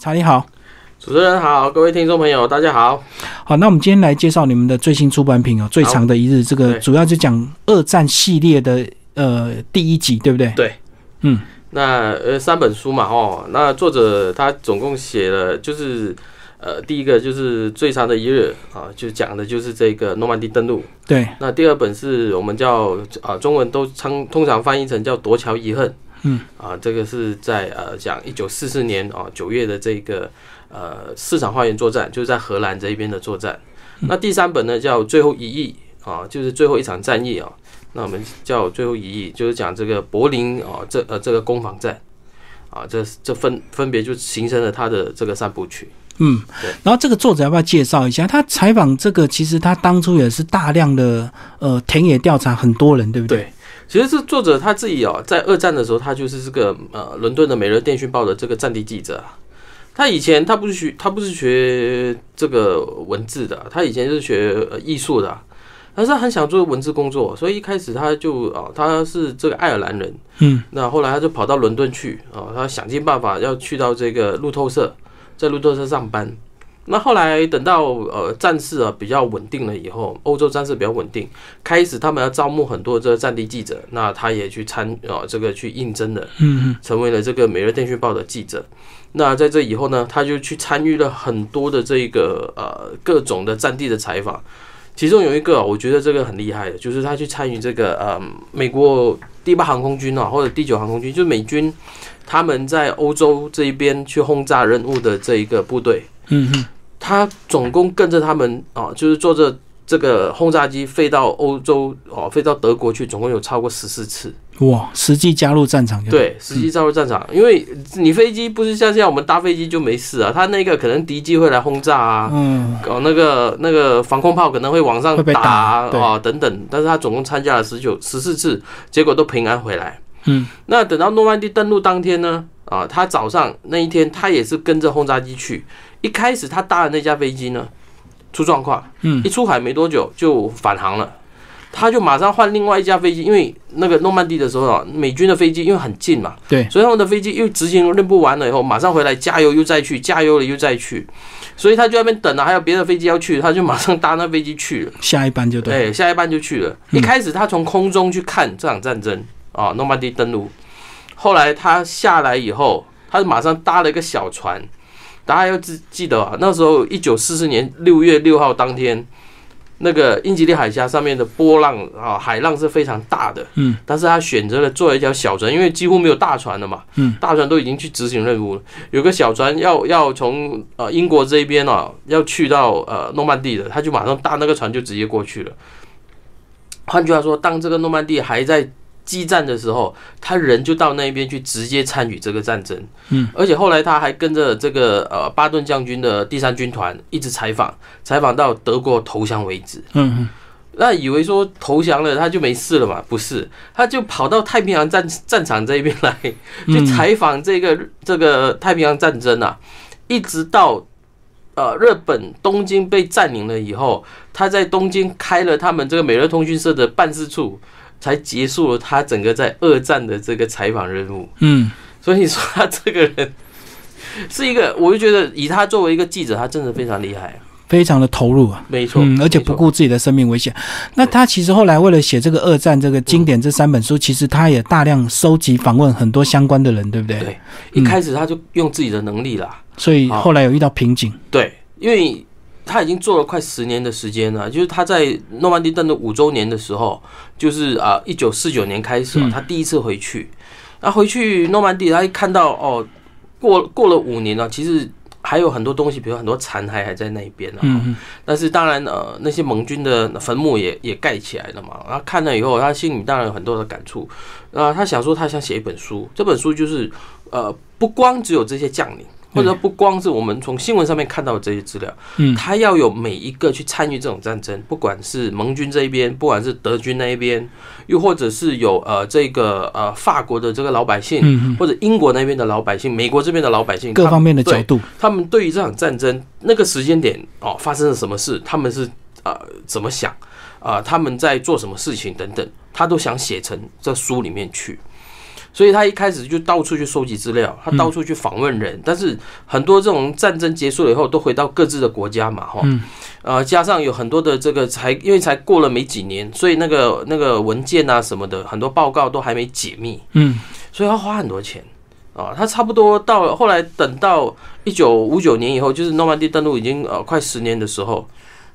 查理好。 主持人好，各位听众朋友大家好。 好，那我们今天来介绍你们的最新出版品最长的一日，这个主要就讲二战系列的第1集，对不对？ 对，那3本书嘛，那作者他总共写了就是第一个就是最长的一日啊，就讲的就是这个诺曼底登陆。 对， 那第2本是我们叫中文都通常翻译成叫夺桥遗恨。这个是在讲1944年9月的这个市场花园作战，就是在荷兰这一边的作战。那第3本呢叫最后一役就是最后一场战役那我们叫最后一役，就是讲这个柏林这个攻防战这分别就形成了他的这个3部曲。 然后这个作者要不要介绍一下？他采访这个，其实他当初也是大量的田野调查很多人，对不对？ 对，其实是作者他自己在2战的时候，他就是这个伦敦的《每日电讯报》的这个战地记者他以前他不是学这个文字的，他以前是学艺术的但是他很想做文字工作，所以一开始他就他是这个爱尔兰人，那后来他就跑到伦敦去他想尽办法要去到这个路透社，在路透社上班。那后来等到战事比较稳定了以后，欧洲战事比较稳定，开始他们要招募很多这个战地记者，那他也去这个去应征了，成为了这个《每日电讯报》的记者。那在这以后呢，他就去参与了很多的这个各种的战地的采访。其中有一个我觉得这个很厉害的，就是他去参与这个美国第8航空军或者第9航空军，就是美军他们在欧洲这一边去轰炸任务的这一个部队。他总共跟着他们就是坐着这个轰炸机飞到欧洲飞到德国去，总共有超过14次。 哇，实际加入战场就对，实际加入战场，因为你飞机不是像现在我们搭飞机就没事他那个可能敌机会来轰炸那个防空炮可能会往上打等等，但是他总共参加了14次，结果都平安回来。那等到诺曼底登陆当天呢他早上那一天他也是跟着轰炸机去，一开始他搭的那架飞机呢出状况，一出海没多久就返航了，他就马上换另外一架飞机，因为那个诺曼底的时候美军的飞机因为很近嘛， 对， 所以他们的飞机又执行任务完了以后，马上回来加油又再去，加油了又再去，所以他就在那边等还有别的飞机要去，他就马上搭那飞机去了， 下一班就对， 下一班就去了。一开始他从空中去看这场战争诺曼底登陆，后来他下来以后，他马上搭了一个小船。大家要记得那时候1944年6月6号当天，那个英吉利海峡上面的波浪海浪是非常大的，但是他选择了做一条小船，因为几乎没有大船了嘛，大船都已经去执行任务了，有个小船要从英国这边要去到诺曼底的，他就马上搭那个船就直接过去了。换句话说，当这个诺曼底还在激战的时候，他人就到那边去直接参与这个战争，而且后来他还跟着这个巴顿将军的第3军团一直采访到德国投降为止。那以为说投降了他就没事了嘛？不是，他就跑到太平洋战场这边来，去采访这个太平洋战争一直到日本东京被占领了以后，他在东京开了他们这个美日通讯社的办事处。才结束了他整个在2战的这个采访任务。所以你说他这个人是一个，我就觉得以他作为一个记者，他真的非常厉害， 非常的投入没错， 而且不顾自己的生命危险。那他其实后来为了写这个2战这个经典这3本书，其实他也大量收集访问很多相关的人，对不对？ 对，一开始他就用自己的能力啦， 所以后来有遇到瓶颈。 对，因为他已经做了快10年的时间了，就是他在诺曼底登陆5周年的时候，就是1949年开始他第一次回去，那回去诺曼底，他一看到过了5年了，其实还有很多东西，比如很多残骸还在那边但是当然那些盟军的坟墓也盖起来了嘛，然后看了以后，他心里当然有很多的感触，他想说他想写一本书，这本书就是不光只有这些将领。或者不光是我们从新闻上面看到的这些资料，他要有每一个去参与这种战争，不管是盟军这一边，不管是德军那一边，又或者是有这个法国的这个老百姓，或者英国那边的老百姓，美国这边的老百姓， 各方面的角度， 他们对于这场战争那个时间点发生了什么事，他们是怎么想他们在做什么事情等等，他都想写成这书里面去。 所以他一开始就到处去收集资料，他到处去访问人，但是很多这种战争结束了以后，都回到各自的国家嘛，加上有很多的这个因为才过了没几年，所以那个文件啊什么的，很多报告都还没解密，所以要花很多钱啊。他差不多到了后来，等到1959年以后，就是诺曼底登陆已经快10年的时候，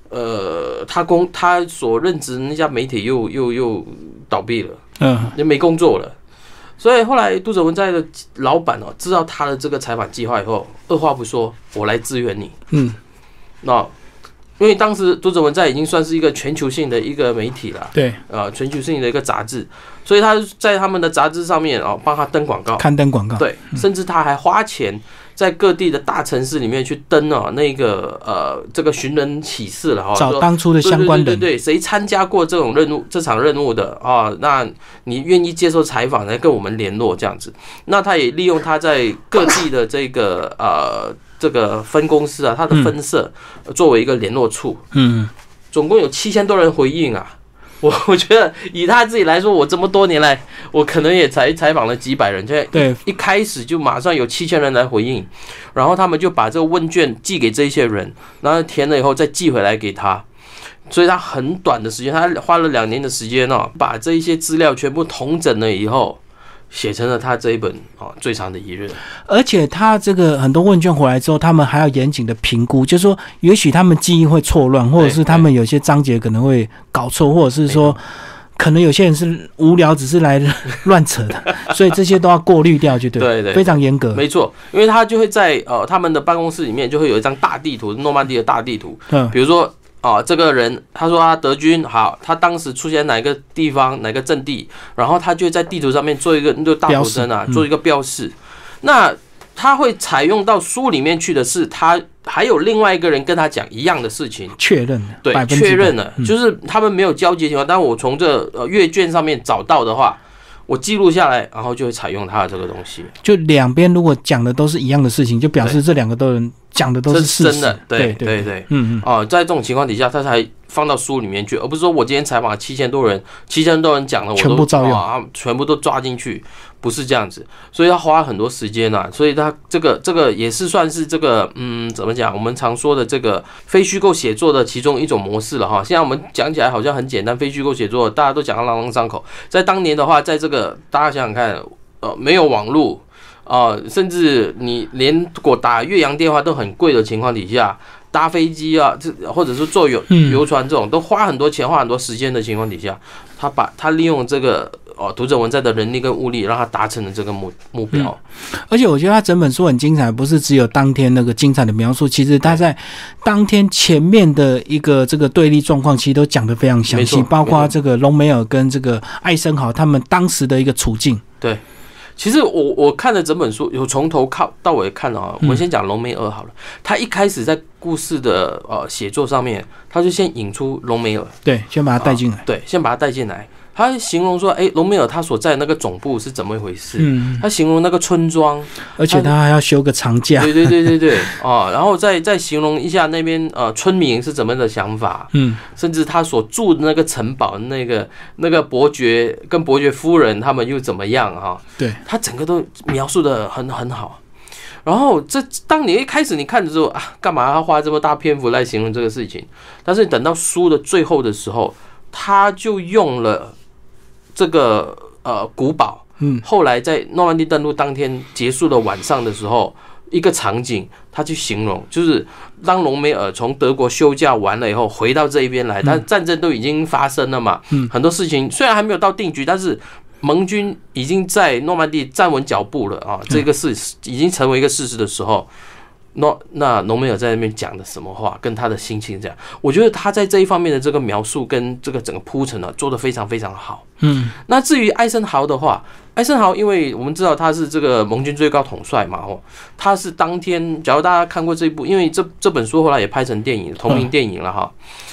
他所任职的那家媒体又倒闭了，就没工作了。所以后来都哲文在的老板知道他的这个采访计划以后，二话不说，我来支援你。因为当时都哲文在已经算是一个全球性的一个媒体了， 对， 全球性的一个杂志，所以他在他们的杂志上面帮他登广告， 刊登广告， 对，甚至他还花钱在各地的大城市里面去登那个这个寻人启事了， 找当初的相关人， 对，谁参加过这场任务的那你愿意接受采访来跟我们联络这样子。那他也利用他在各地的这个分公司啊，他的分社作为一个联络处，总共有7000多人回应啊。我觉得以他自己来说，我这么多年来，我可能也才采访了几百人，对，一开始就马上有7000人来回应，然后他们就把这个问卷寄给这些人，然后填了以后再寄回来给他。所以他很短的时间，他花了2年的时间把这一些资料全部统整了以后，写成了他这一本最长的一日。 而且他这个很多问卷回来之后，他们还要严谨的评估，就是说也许他们记忆会错乱，或者是他们有些章节可能会搞错，或者是说可能有些人是无聊只是来乱扯的，所以这些都要过滤掉，就对，非常严格。 没错，因为他就会在他们的办公室里面就会有一张大地图，诺曼底的大地图，比如说这个人他说他德军好，他当时出现哪个地方哪个阵地，然后他就在地图上面做一个大头针做一个标示。那他会采用到书里面去的是，他还有另外一个人跟他讲一样的事情， 确认了， 对，确认了，就是他们没有交接情况。但我从这阅卷上面找到的话，我记录下来，然后就会采用他的这个东西。 就两边如果讲的都是一样的事情，就表示这两个人讲的都是事实， 真的，对，在这种情况底下，他才放到书里面去，而不是说我今天采访了7000多人，7000多人讲了，我都全部照用， 全部都抓进去，不是这样子，所以要花很多时间所以他这个也是算是这个怎么讲？我们常说的这个非虚构写作的其中一种模式了现在我们讲起来好像很简单，非虚构写作大家都讲得朗朗上口，在当年的话，在这个大家想想看，没有网络。甚至你连打越洋电话都很贵的情况底下，搭飞机或者是坐游船这种都花很多钱、花很多时间的情况底下，他利用这个读者文摘的人力跟物力，让他达成了这个目标。 而且我觉得他整本书很精彩，不是只有当天那个精彩的描述，其实他在当天前面的一个这个对立状况，其实都讲得非常详细，包括这个隆美尔跟这个艾森豪他们当时的一个处境。 对。其实我看了整本书，有从头到尾看我们先讲隆美尔好了。他一开始在故事的写作上面，他就先引出隆美尔， 对，先把他带进来， 对，先把他带进来。他形容说，隆美尔他所在的那个总部是怎么一回事？他形容那个村庄， 而且他还要休个长假。 对然后再形容一下那边村民是怎么的想法，甚至他所住的那个城堡，那个伯爵跟伯爵夫人他们又怎么样对， 他整个都描述的很好。然后当你一开始你看的时候干嘛要花这么大篇幅来形容这个事情？但是等到书的最后的时候，他就用了这个古堡，后来在诺曼底登陆当天结束的晚上的时候，一个场景，他去形容，就是当隆美尔从德国休假完了以后回到这一边来，但战争都已经发生了嘛，很多事情虽然还没有到定局，但是盟军已经在诺曼底站稳脚步了这个事已经成为一个事实的时候。那隆美尔在那边讲的什么话，跟他的心情这样，我觉得他在这一方面的这个描述跟这个整个铺陈做得非常非常好。那至于艾森豪的话，艾森豪因为我们知道他是这个盟军最高统帅嘛，他是当天，假如大家看过这一部，因为这本书后来也拍成电影，同名电影了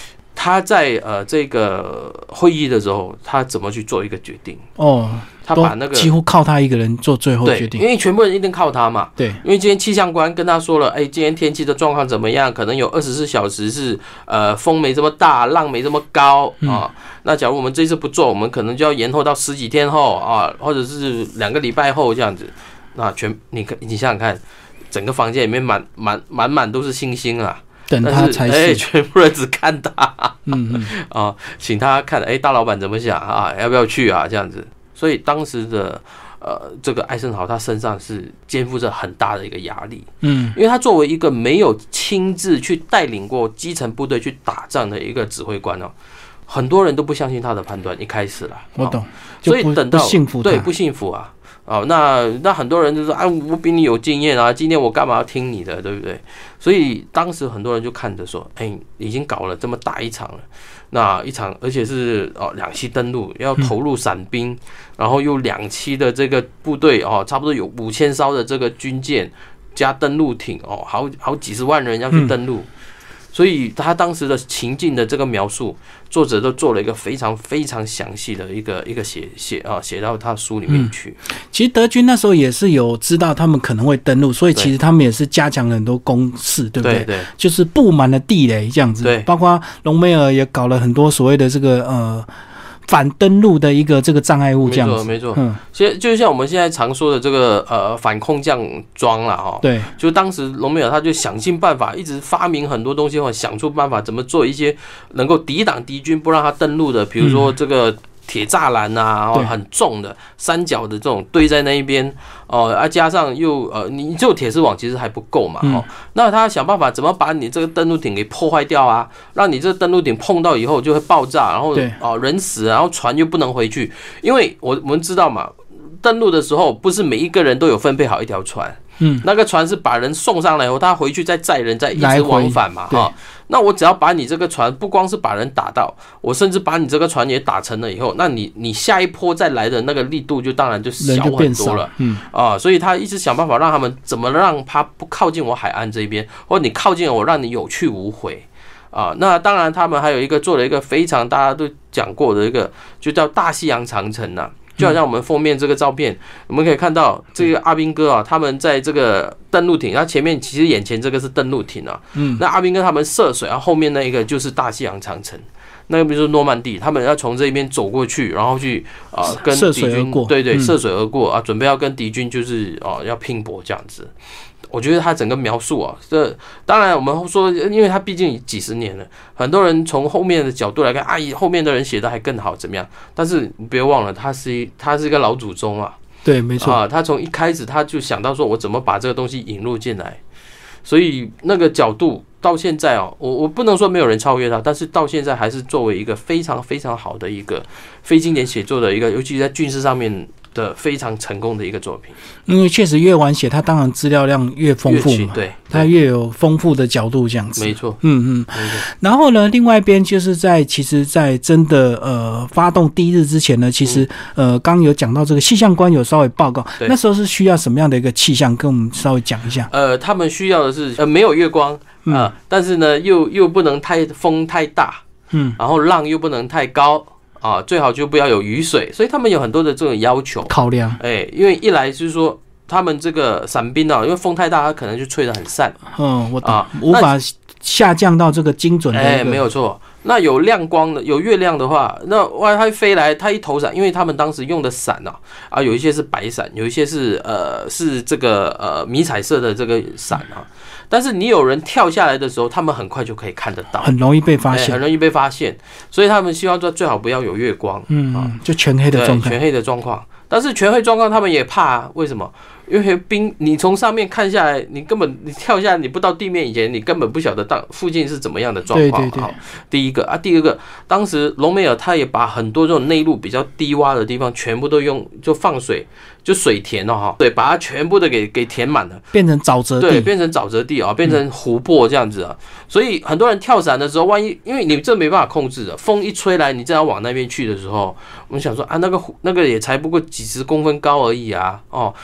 他在这个会议的时候，他怎么去做一个决定？他把那个几乎靠他一个人做最后决定， 因为全部人一定靠他嘛。 对， 因为今天气象官跟他说了，今天天气的状况怎么样？可能有24小时是风没这么大，浪没这么高啊。那假如我们这次不做，我们可能就要延后到10几天后啊，或者是2个礼拜后这样子。那你想想看，整个房间里面满都是星星啊。 等他才是， 全部人只看他，请他看，大老板怎么想啊？要不要去啊？这样子，所以当时的这个艾森豪他身上是肩负着很大的一个压力，因为他作为一个没有亲自去带领过基层部队去打仗的一个指挥官很多人都不相信他的判断，一开始啦， 我懂， 所以等到不信服他， 对，不信服啊。那很多人就说我比你有经验啊，今天我干嘛要听你的，对不对？所以当时很多人就看着说，已经搞了这么大一场了，那一场而且是2栖登陆，要投入伞兵，然后又2栖的这个部队差不多有5000艘的这个军舰加登陆艇好几十万人要去登陆。所以他当时的情境的这个描述，作者都做了一个非常非常详细的一个写到他书里面去。 其实德军那时候也是有知道他们可能会登陆，所以其实他们也是加强了很多攻势，对不对？对，就是布满了地雷这样子。对，包括隆美尔也搞了很多所谓的这个反登陆的一个这个障碍物，这样子， 没错。其实就像我们现在常说的这个反空降装啦，对，就当时隆美尔他就想尽办法，一直发明很多东西，想出办法怎么做一些能够抵挡敌军不让他登陆的，比如说这个铁栅栏啊，很重的三角的这种堆在那一边加上又你只有铁丝网其实还不够嘛，那他想办法怎么把你这个登陆艇给破坏掉啊，让你这个登陆艇碰到以后就会爆炸，然后人死，然后船又不能回去，因为我们知道嘛，登陆的时候不是每一个人都有分配好一条船。那个船是把人送上来以后，他回去再载人，再一直往返嘛，那我只要把你这个船不光是把人打到，我甚至把你这个船也打沉了以后，那你下一波再来的那个力度就当然就小很多了，所以他一直想办法让他们怎么让他不靠近我海岸这边，或者你靠近我，让你有去无回。那当然他们还有一个做了一个非常大家都讲过的一个，就叫大西洋长城啊。就好像我们封面这个照片，我们可以看到这个阿兵哥他们在这个登陆艇，他前面其实眼前这个是登陆艇那阿兵哥他们涉水，然后后面那一个就是大西洋长城，那个比如说诺曼底，他们要从这边走过去，然后去跟敌军涉水而过准备要跟敌军就是要拼搏这样子。我觉得他整个描述这当然我们说，因为他毕竟几十年了，很多人从后面的角度来看，后面的人写的还更好怎么样？但是你别忘了，他是一个老祖宗对，没错他从一开始他就想到说，我怎么把这个东西引入进来，所以那个角度到现在我不能说没有人超越他，但是到现在还是作为一个非常非常好的一个非经典写作的一个，尤其在军事上面的非常成功的一个作品。 因为确实越晚写，它当然资料量越丰富嘛，对，它越有丰富的角度这样子。 没错， 然后呢，另外一边就是其实在真的发动第一日之前呢，其实刚刚有讲到这个气象官有稍微报告，那时候是需要什么样的一个气象，跟我们稍微讲一下。 他们需要的是没有月光但是呢又不能风太大，然后浪又不能太高。最好就不要有雨水，所以他们有很多的这种要求考量。 因为一来就是说他们这个伞兵因为风太大，它可能就吹得很散。 我懂，无法下降到这个精准的。 没有错。那有亮光的，有月亮的话，那它飞来，它一投伞，因为他们当时用的伞有一些是白伞，有一些是这个迷彩色的这个伞但是你有人跳下来的时候，他们很快就可以看得到， 很容易被发现， 所以他们希望说最好不要有月光， 就全黑的状况， 全黑的状况。但是全黑状况他们也怕为什么？因为你从上面看下来，你跳下来，你不到地面以前，你根本不晓得附近是怎么样的状况。对，第一个第二个，当时隆美尔他也把很多这种内陆比较低洼的地方全部都就放水，就水田对，把它全部的给填满了， 变成沼泽地， 对，变成沼泽地变成湖泊这样子所以很多人跳伞的时候，万一因为你这没办法控制的，风一吹来，你正要往那边去的时候，我们想说那个也才不过几十公分高而已有一些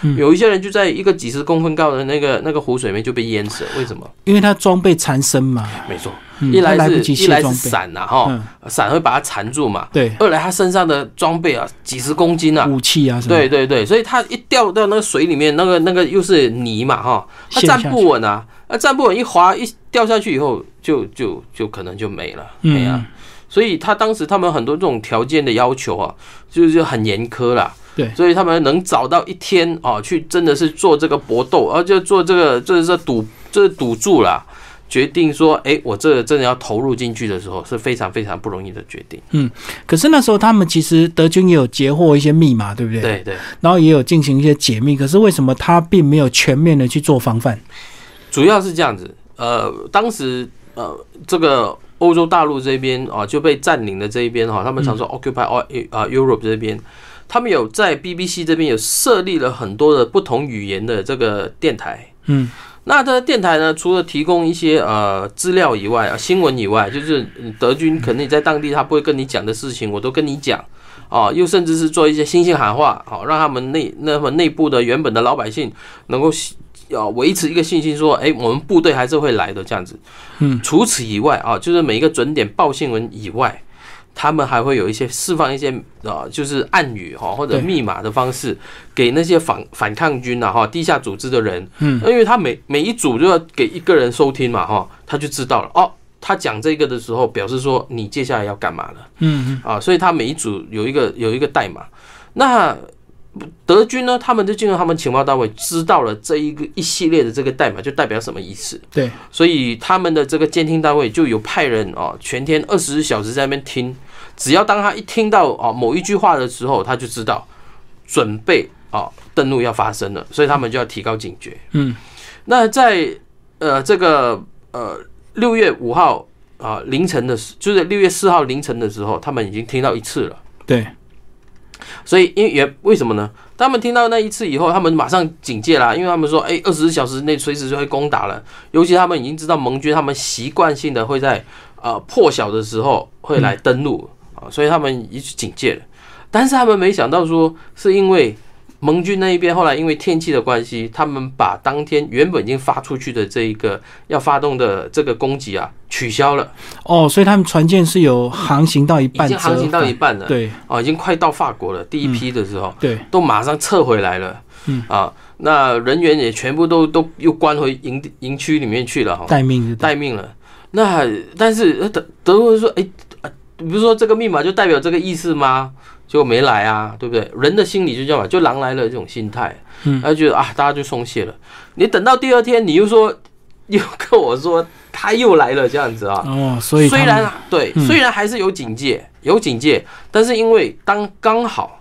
人就在一个几十公分高的那个湖水里面就被淹死了。为什么？ 因为他装备缠身嘛。 没错，一来是伞啊，伞会把它缠住嘛。 对。 二来他身上的装备啊，几十公斤啊， 武器啊什么。 对对对，所以他一掉到那个水里面，那个又是泥嘛哈，他站不稳啊，站不稳一滑一掉下去以后，就可能就没了。没啊。所以他当时他们很多这种条件的要求啊，就是很严苛啦。 对， 所以他们能找到一天啊，去真的是做这个搏斗，然后就做这个就是赌注啦，决定说，我这个真的要投入进去的时候，是非常非常不容易的决定。 可是那时候他们其实德军也有截获一些密码，对不对？ 对对。 然后也有进行一些解密，可是为什么他并没有全面的去做防范？ 主要是这样子，当时这个欧洲大陆这边啊就被占领的这一边哈，他们常说 Occupy Europe 这边。他们有在 BBC 这边有设立了很多的不同语言的这个电台，那这个电台呢，除了提供一些资料以外新闻以外，就是德军可能你在当地他不会跟你讲的事情，我都跟你讲又甚至是做一些信心喊话，让他们内部的原本的老百姓能够维持一个信心，说，我们部队还是会来的这样子。除此以外就是每一个准点报新闻以外。他们还会有一些释放一些就是暗语或者密码的方式，给那些反抗军地下组织的人，因为他每一组就要给一个人收听嘛他就知道了他讲这个的时候，表示说你接下来要干嘛了，所以他每一组有一个代码。那德军呢，他们就进入他们情报单位，知道了这一系列的这个代码就代表什么意思。 对， 所以他们的这个监听单位就有派人全天24小时在那边听，只要当他一听到某一句话的时候，他就知道准备登陆要发生了，所以他们就要提高警觉。那在这个6月5号凌晨的，就是6月4号凌晨的时候，他们已经听到一次了。 对。 所以为什么呢？他们听到那一次以后，他们马上警戒啦，因为他们说，24小时内随时就会攻打了。尤其他们已经知道盟军他们习惯性的会在破晓的时候会来登陆所以他们一直警戒了。但是他们没想到说，是因为盟军那一边后来因为天气的关系，他们把当天原本已经发出去的这一个要发动的这个攻击取消了。 所以他们船舰是有航行到一半， 已经航行到一半了。 对， 已经快到法国了。第一批的时候， 对， 都马上撤回来了。那人员也全部都又关回营区里面去了，待命了。那但是德国说，比如说这个密码就代表这个意思吗？结果没来啊，对不对？人的心理就这样嘛，就狼来了这种心态，他觉得大家就松懈了。你等到第二天，你又跟我说他又来了这样子所以虽然还是有警戒，但是因为刚好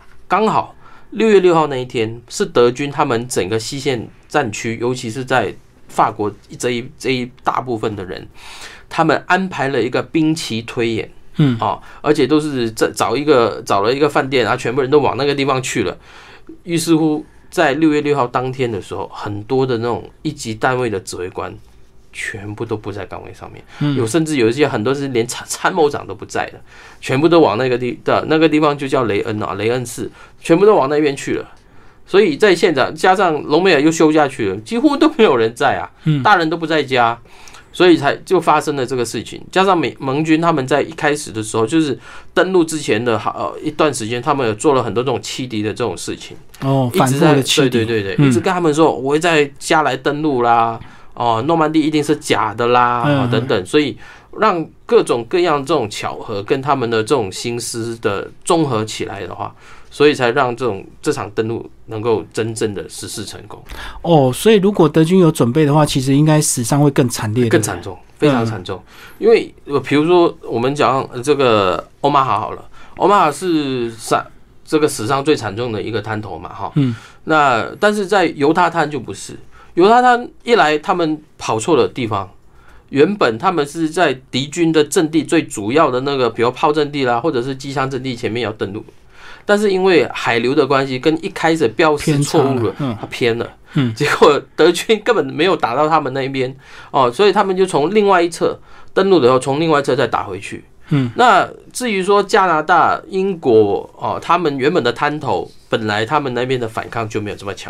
6月6号那一天是德军他们整个西线战区，尤其是在法国这一大部分的人，他们安排了一个兵棋推演。而且都是找了一个饭店，全部人都往那个地方去了。于是乎，在6月6号当天的时候，很多的那种一级单位的指挥官全部都不在岗位上面，甚至有一些很多是连参谋长都不在的，全部都往那个地方就叫雷恩市，全部都往那边去了。所以在现场加上隆美尔又休假去了，几乎都没有人在大人都不在家。所以就发生了这个事情，加上盟军他们在一开始的时候，就是登陆之前的一段时间，他们有做了很多这种欺敌的这种事情， 反复的欺敌， 对，一直跟他们说我会在加来登陆啦，诺曼底一定是假的啦，等等，所以让各种各样这种巧合跟他们的这种心思的综合起来的话。所以才让这场登陆能够真正的实施成功。 所以如果德军有准备的话，其实应该死伤会更惨烈， 更惨重，非常惨重。因为比如说我们讲这个欧马哈好了，欧马哈是这个史上最惨重的一个滩头嘛，那但是在犹他滩就不是，犹他滩一来他们跑错了地方。原本他们是在敌军的阵地最主要的那个，比如炮阵地啦，或者是机枪阵地前面要登陆。但是因为海流的关系，跟一开始标识错误了，它偏了，结果德军根本没有打到他们那边所以他们就从另外一侧登陆了以后，从另外一侧再打回去。那至于说加拿大、英国他们原本的滩头，本来他们那边的反抗就没有这么强，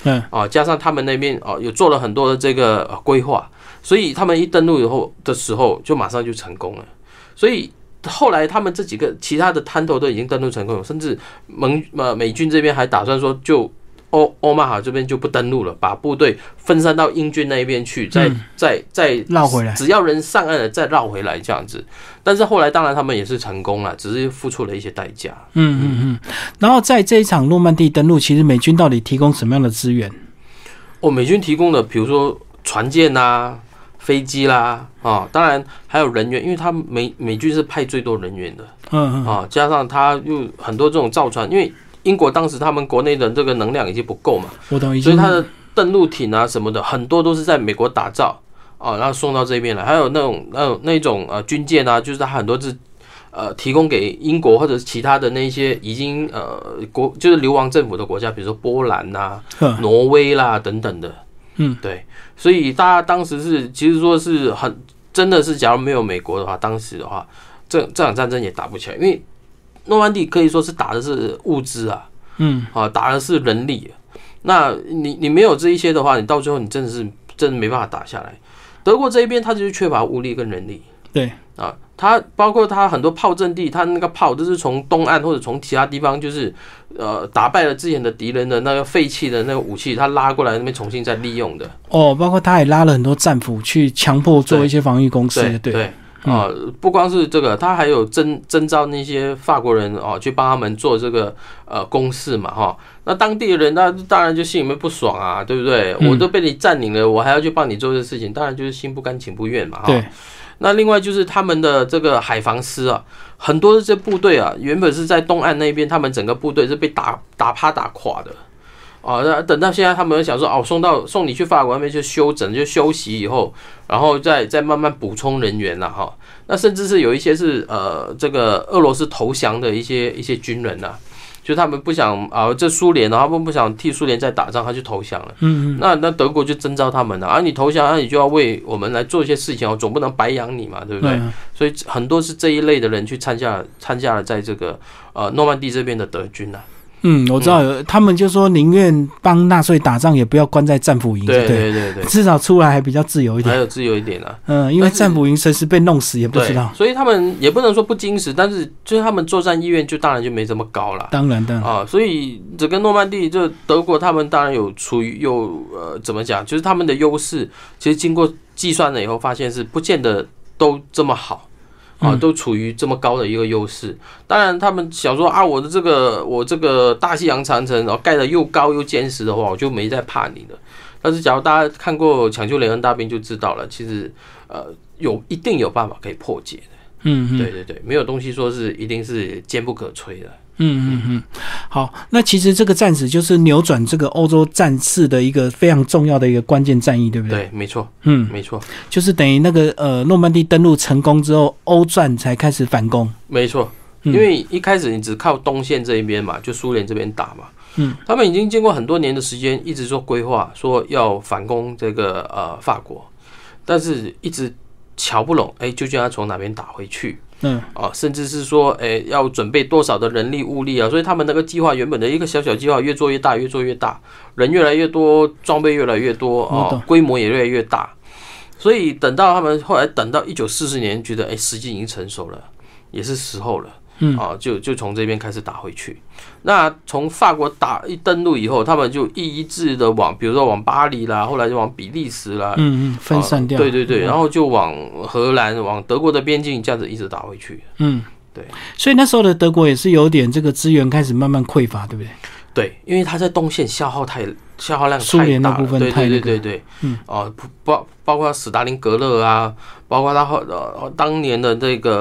加上他们那边有做了很多的这个规划，所以他们一登陆以后的时候就马上就成功了。所以后来他们这几个其他的滩头都已经登陆成功了，甚至美军这边还打算说就欧马哈这边就不登陆了，把部队分散到英军那一边去，再绕回来， 只要人上岸了再绕回来这样子。但是后来当然他们也是成功了，只是付出了一些代价。 然后在这一场诺曼底登陆，其实美军到底提供什么样的资源？ 美军提供的比如说船舰啦、飞机啦，当然还有人员，因为他美军是派最多人员的，加上他又很多这种造船，因为英国当时他们国内的这个能量已经不够嘛，所以他的登陆艇啊什么的很多都是在美国打造然后送到这边来，还有那种军舰啊，就是他很多是提供给英国或者其他的那些已经就是流亡政府的国家，比如说波兰啦、挪威啦等等的，对，所以大家当时其实说是真的是，假如没有美国的话，当时的话这场战争也打不起来，因为诺曼底可以说是打的是物资打的是人力。那你没有这一些的话，你到最后你真的没办法打下来。德国这一边他就是缺乏物力跟人力， 对他包括他很多炮阵地，他那个炮都是从东岸或者从其他地方，就是打败了之前的敌人的那个废弃的那个武器，他拉过来那边重新再利用的。 包括他也拉了很多战俘去强迫做一些防御工事，对。不光是这个，他还有征召那些法国人去帮他们做这个公事嘛那当地的人那当然就心里面不爽啊，对不对？我都被你占领了，我还要去帮你做这事情，当然就是心不甘情不愿嘛对。 那另外就是他们的这个海防司很多的这部队原本是在东岸那边，他们整个部队是被打趴打垮的。那等到现在他们想说送你去法国那边去休整就休息以后，然后再慢慢补充人员啦那甚至是有一些是这个俄罗斯投降的一些军人就他们不想这苏联他们不想替苏联再打仗，他就投降了。那德国就征召他们了你投降你就要为我们来做一些事情总不能白养你嘛，对不对？所以很多是这一类的人去参加了在这个诺曼底这边的德军我知道他们就说宁愿帮纳粹打仗，也不要关在战俘营， 对， 至少出来还比较自由一点， 还有自由一点因为战俘营随时被弄死也不知道， 所以他们也不能说不矜持，但是就是他们作战意愿就当然就没这么高了， 当然所以整个诺曼底就德国他们当然有怎么讲，就是他们的优势，其实经过计算了以后发现是不见得都这么好。都处于这么高的一个优势。当然，他们想说我这个大西洋长城盖得又高又坚实的话，我就没再怕你了。但是，假如大家看过《抢救雷恩大兵》就知道了，其实一定有办法可以破解的。对，没有东西说是一定是坚不可摧的。 好，那其实这个战史就是扭转这个欧洲战事的一个非常重要的一个关键战役，对不对？ 对，没错，没错， 就是等于那个诺曼底登陆成功之后，欧战才开始反攻。 没错，因为一开始你只靠东线这一边嘛，就苏联这边打嘛，他们已经经过很多年的时间，一直做规划，说要反攻这个法国，但是一直瞧不拢，究竟要从哪边打回去？甚至是说，要准备多少的人力物力所以他们那个计划原本的一个小计划越做越大，越做越大，人越来越多，装备越来越多规模也越来越大。所以等到他们后来等到1944年，觉得时机已经成熟了，也是时候了。就从这边开始打回去。那从法国一登陆以后，他们就一致的比如说往巴黎啦，后来就往比利时啦， 分散掉。 对，然后就往荷兰、往德国的边境这样子一直打回去。对。 所以那时候的德国也是有点这个资源开始慢慢匮乏，对不对？ 对，因为它在东线消耗量苏联太大了， 的部分对，包括史达林格勒包括他当年的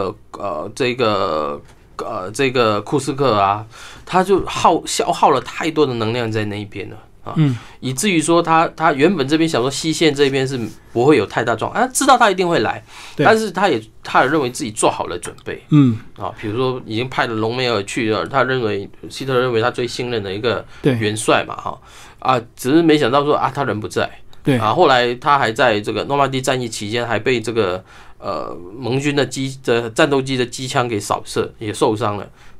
这个库斯克他就消耗了太多的能量在那一边了以至于说他原本这边想说西线这边是不会有太大状况，知道他一定会来，但是他也认为自己做好了准备，比如说已经派了隆美尔去了，希特勒认为他最信任的一个元帅嘛，只是没想到说他人不在，后来他还在这个诺曼底战役期间还被这个盟军的战斗机的机枪给扫射，也受伤了，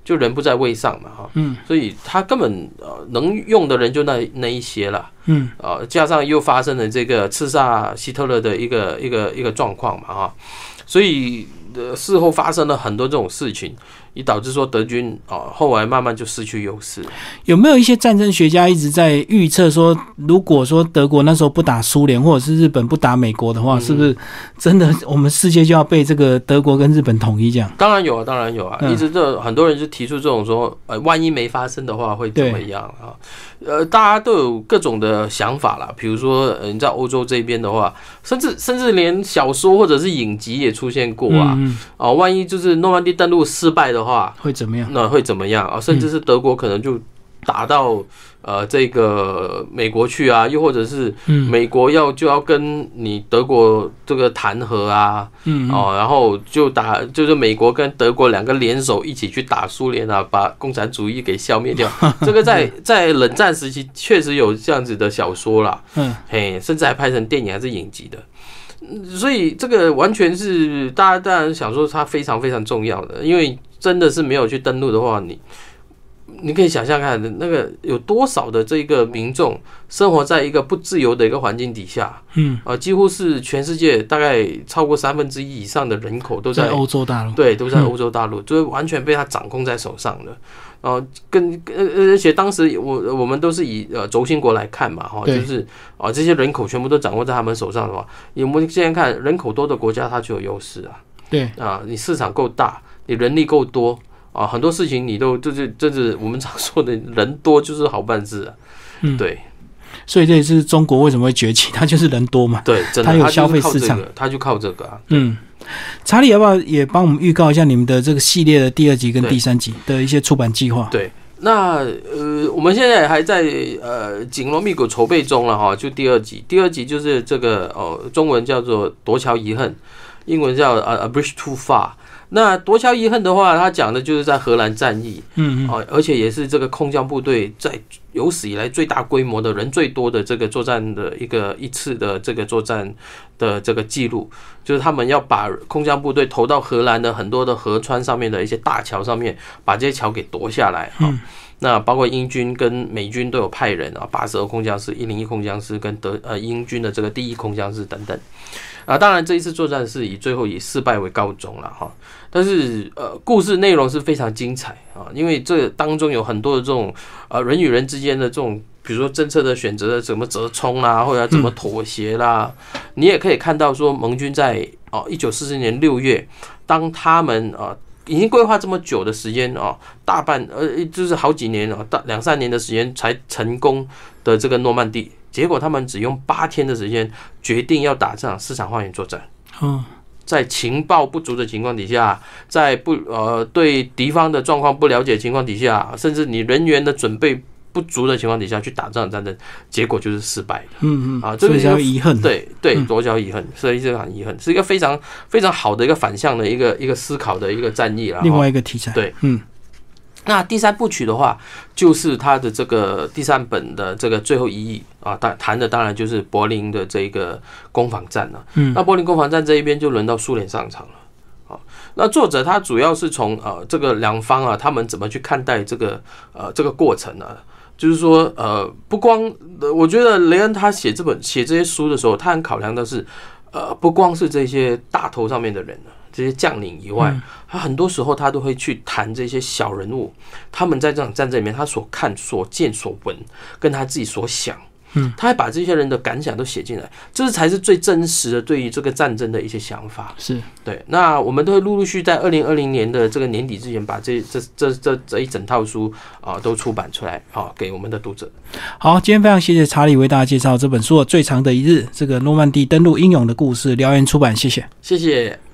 就人不在位上嘛哈，所以他根本能用的人就那一些了，加上又发生了这个刺杀希特勒的一个状况嘛哈，所以事后发生了很多这种事情，以导致说德军后来慢慢就失去优势。 有没有一些战争学家一直在预测说，如果说德国那时候不打苏联，或者是日本不打美国的话，是不是真的我们世界就要被这个德国跟日本统一这样？ 当然有啊，一直很多人就提出这种说，万一没发生的话会怎么样啊？大家都有各种的想法啦。比如说，你在欧洲这边的话，甚至连小说或者是影集也出现过啊。万一就是诺曼底登陆失败的话， 会怎么样？ 那会怎么样啊？甚至是德国可能就打到这个美国去啊，又或者是美国就要跟你德国这个谈和啊，然后就是美国跟德国两个联手一起去打苏联啊，把共产主义给消灭掉。这个在冷战时期确实有这样子的小说啦，甚至还拍成电影还是影集的。所以这个完全是大家当然想说它非常非常重要的，因为真的是没有去登陆的话，你可以想象看，那个有多少的这个民众生活在一个不自由的一个环境底下，几乎是全世界大概超过1/3以上的人口都在欧洲大陆， 对，都在欧洲大陆，就是完全被他掌控在手上的。而且当时我们都是以轴心国来看嘛，就是这些人口全部都掌握在他们手上的话，我们现在看人口多的国家它就有优势啊， 对你市场够大，你人力够多。很多事情你都就是我们常说的人多就是好办事啊，对， 所以这也是中国为什么会崛起，它就是人多嘛， 对，真的， 它有消费市场， 它就靠这个啊。 查理要不要也帮我们预告一下你们的这个系列的第2集跟第3集的一些出版计划？ 对，那我们现在还在紧锣密鼓筹备中了哈，就第2集就是这个中文叫做夺桥遗恨，英文叫A Bridge Too Far。那夺桥遗恨的话，它讲的就是在荷兰战役，而且也是这个空降部队在有史以来最大规模的人最多的这个作战的一次的这个作战的这个记录，就是他们要把空降部队投到荷兰的很多的河川上面的一些大桥上面，把这些桥给夺下来。那包括英军跟美军都有派人82空降师、101空降师跟英军的这个第1空降师等等。当然这一次作战是最后以失败为告终了哈，但是故事内容是非常精彩啊，因为这当中有很多的这种人与人之间的这种，比如说政策的选择的怎么折冲啦，或者怎么妥协啦，你也可以看到说盟军在1944年6月，当他们已经规划这么久的时间大半就是好几年2-3年的时间才成功的这个诺曼底。结果他们只用8天的时间决定要打这场4场花园作战。在情报不足的情况底下，在对敌方的状况不了解的情况底下，甚至你人员的准备不足的情况底下去打这场战争，结果就是失败的。这个叫遗恨。 对，夺桥遗恨，所以这个很遗恨，是一个非常非常好的一个反向的一个思考的一个战役啦。 另外一个题材。 对，那第3部曲的话，就是它的这个第3本的这个最后一役谈的当然就是柏林的这个攻防战了。那柏林攻防战这一边就轮到苏联上场了。那作者他主要是从这个两方他们怎么去看待这个过程呢？就是说不光我觉得雷恩他写这些书的时候，他很考量的是不光是这些大头上面的人这些将领以外，他很多时候他都会去谈这些小人物，他们在这场战争里面他所看所见所闻跟他自己所想，他还把这些人的感想都写进来，这才是最真实的对于这个战争的一些想法。 是对。那我们都会陆续在2020年的这个年底之前，把这一整套书都出版出来给我们的读者。 好，今天非常谢谢查理为大家介绍这本书《最长的一日》，这个诺曼底登陆英勇的故事，燎原出版，谢谢， 谢谢。